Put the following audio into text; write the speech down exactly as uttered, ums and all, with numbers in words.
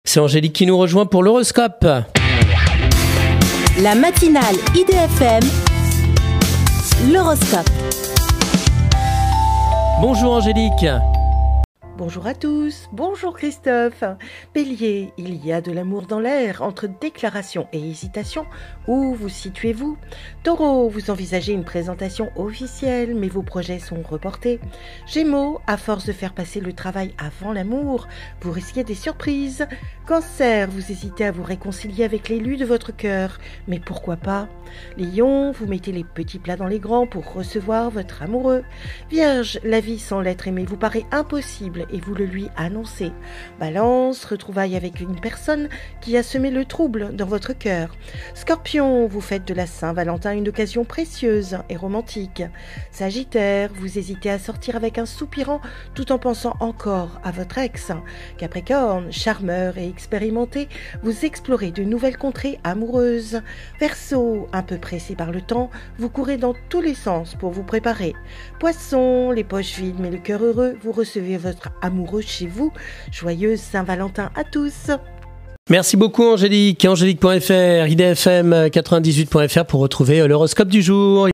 C'est Angélique qui nous rejoint pour l'horoscope. La matinale I D F M, l'horoscope. Bonjour Angélique. Bonjour à tous, bonjour Christophe. Bélier, il y a de l'amour dans l'air, entre déclaration et hésitation. Où vous situez-vous? Taureau, vous envisagez une présentation officielle, mais vos projets sont reportés. Gémeaux, à force de faire passer le travail avant l'amour, vous risquez des surprises. Cancer, vous hésitez à vous réconcilier avec l'élu de votre cœur, mais pourquoi pas? Lion, vous mettez les petits plats dans les grands pour recevoir votre amoureux. Vierge, la vie sans l'être aimé vous paraît impossible et vous le lui annoncez. Balance, retrouvailles avec une personne qui a semé le trouble dans votre cœur. Scorpion, vous faites de la Saint-Valentin une occasion précieuse et romantique. Sagittaire, vous hésitez à sortir avec un soupirant tout en pensant encore à votre ex. Capricorne, charmeur et expérimenté, vous explorez de nouvelles contrées amoureuses. Verseau, un peu pressé par le temps, vous courez dans tous les sens pour vous préparer. Poisson, les poches vides mais le cœur heureux, vous recevez votre amoureux chez vous. Joyeuse Saint-Valentin à tous. Merci beaucoup Angélique. Angélique point F R, I D F M quatre-vingt-dix-huit point F R pour retrouver l'horoscope du jour.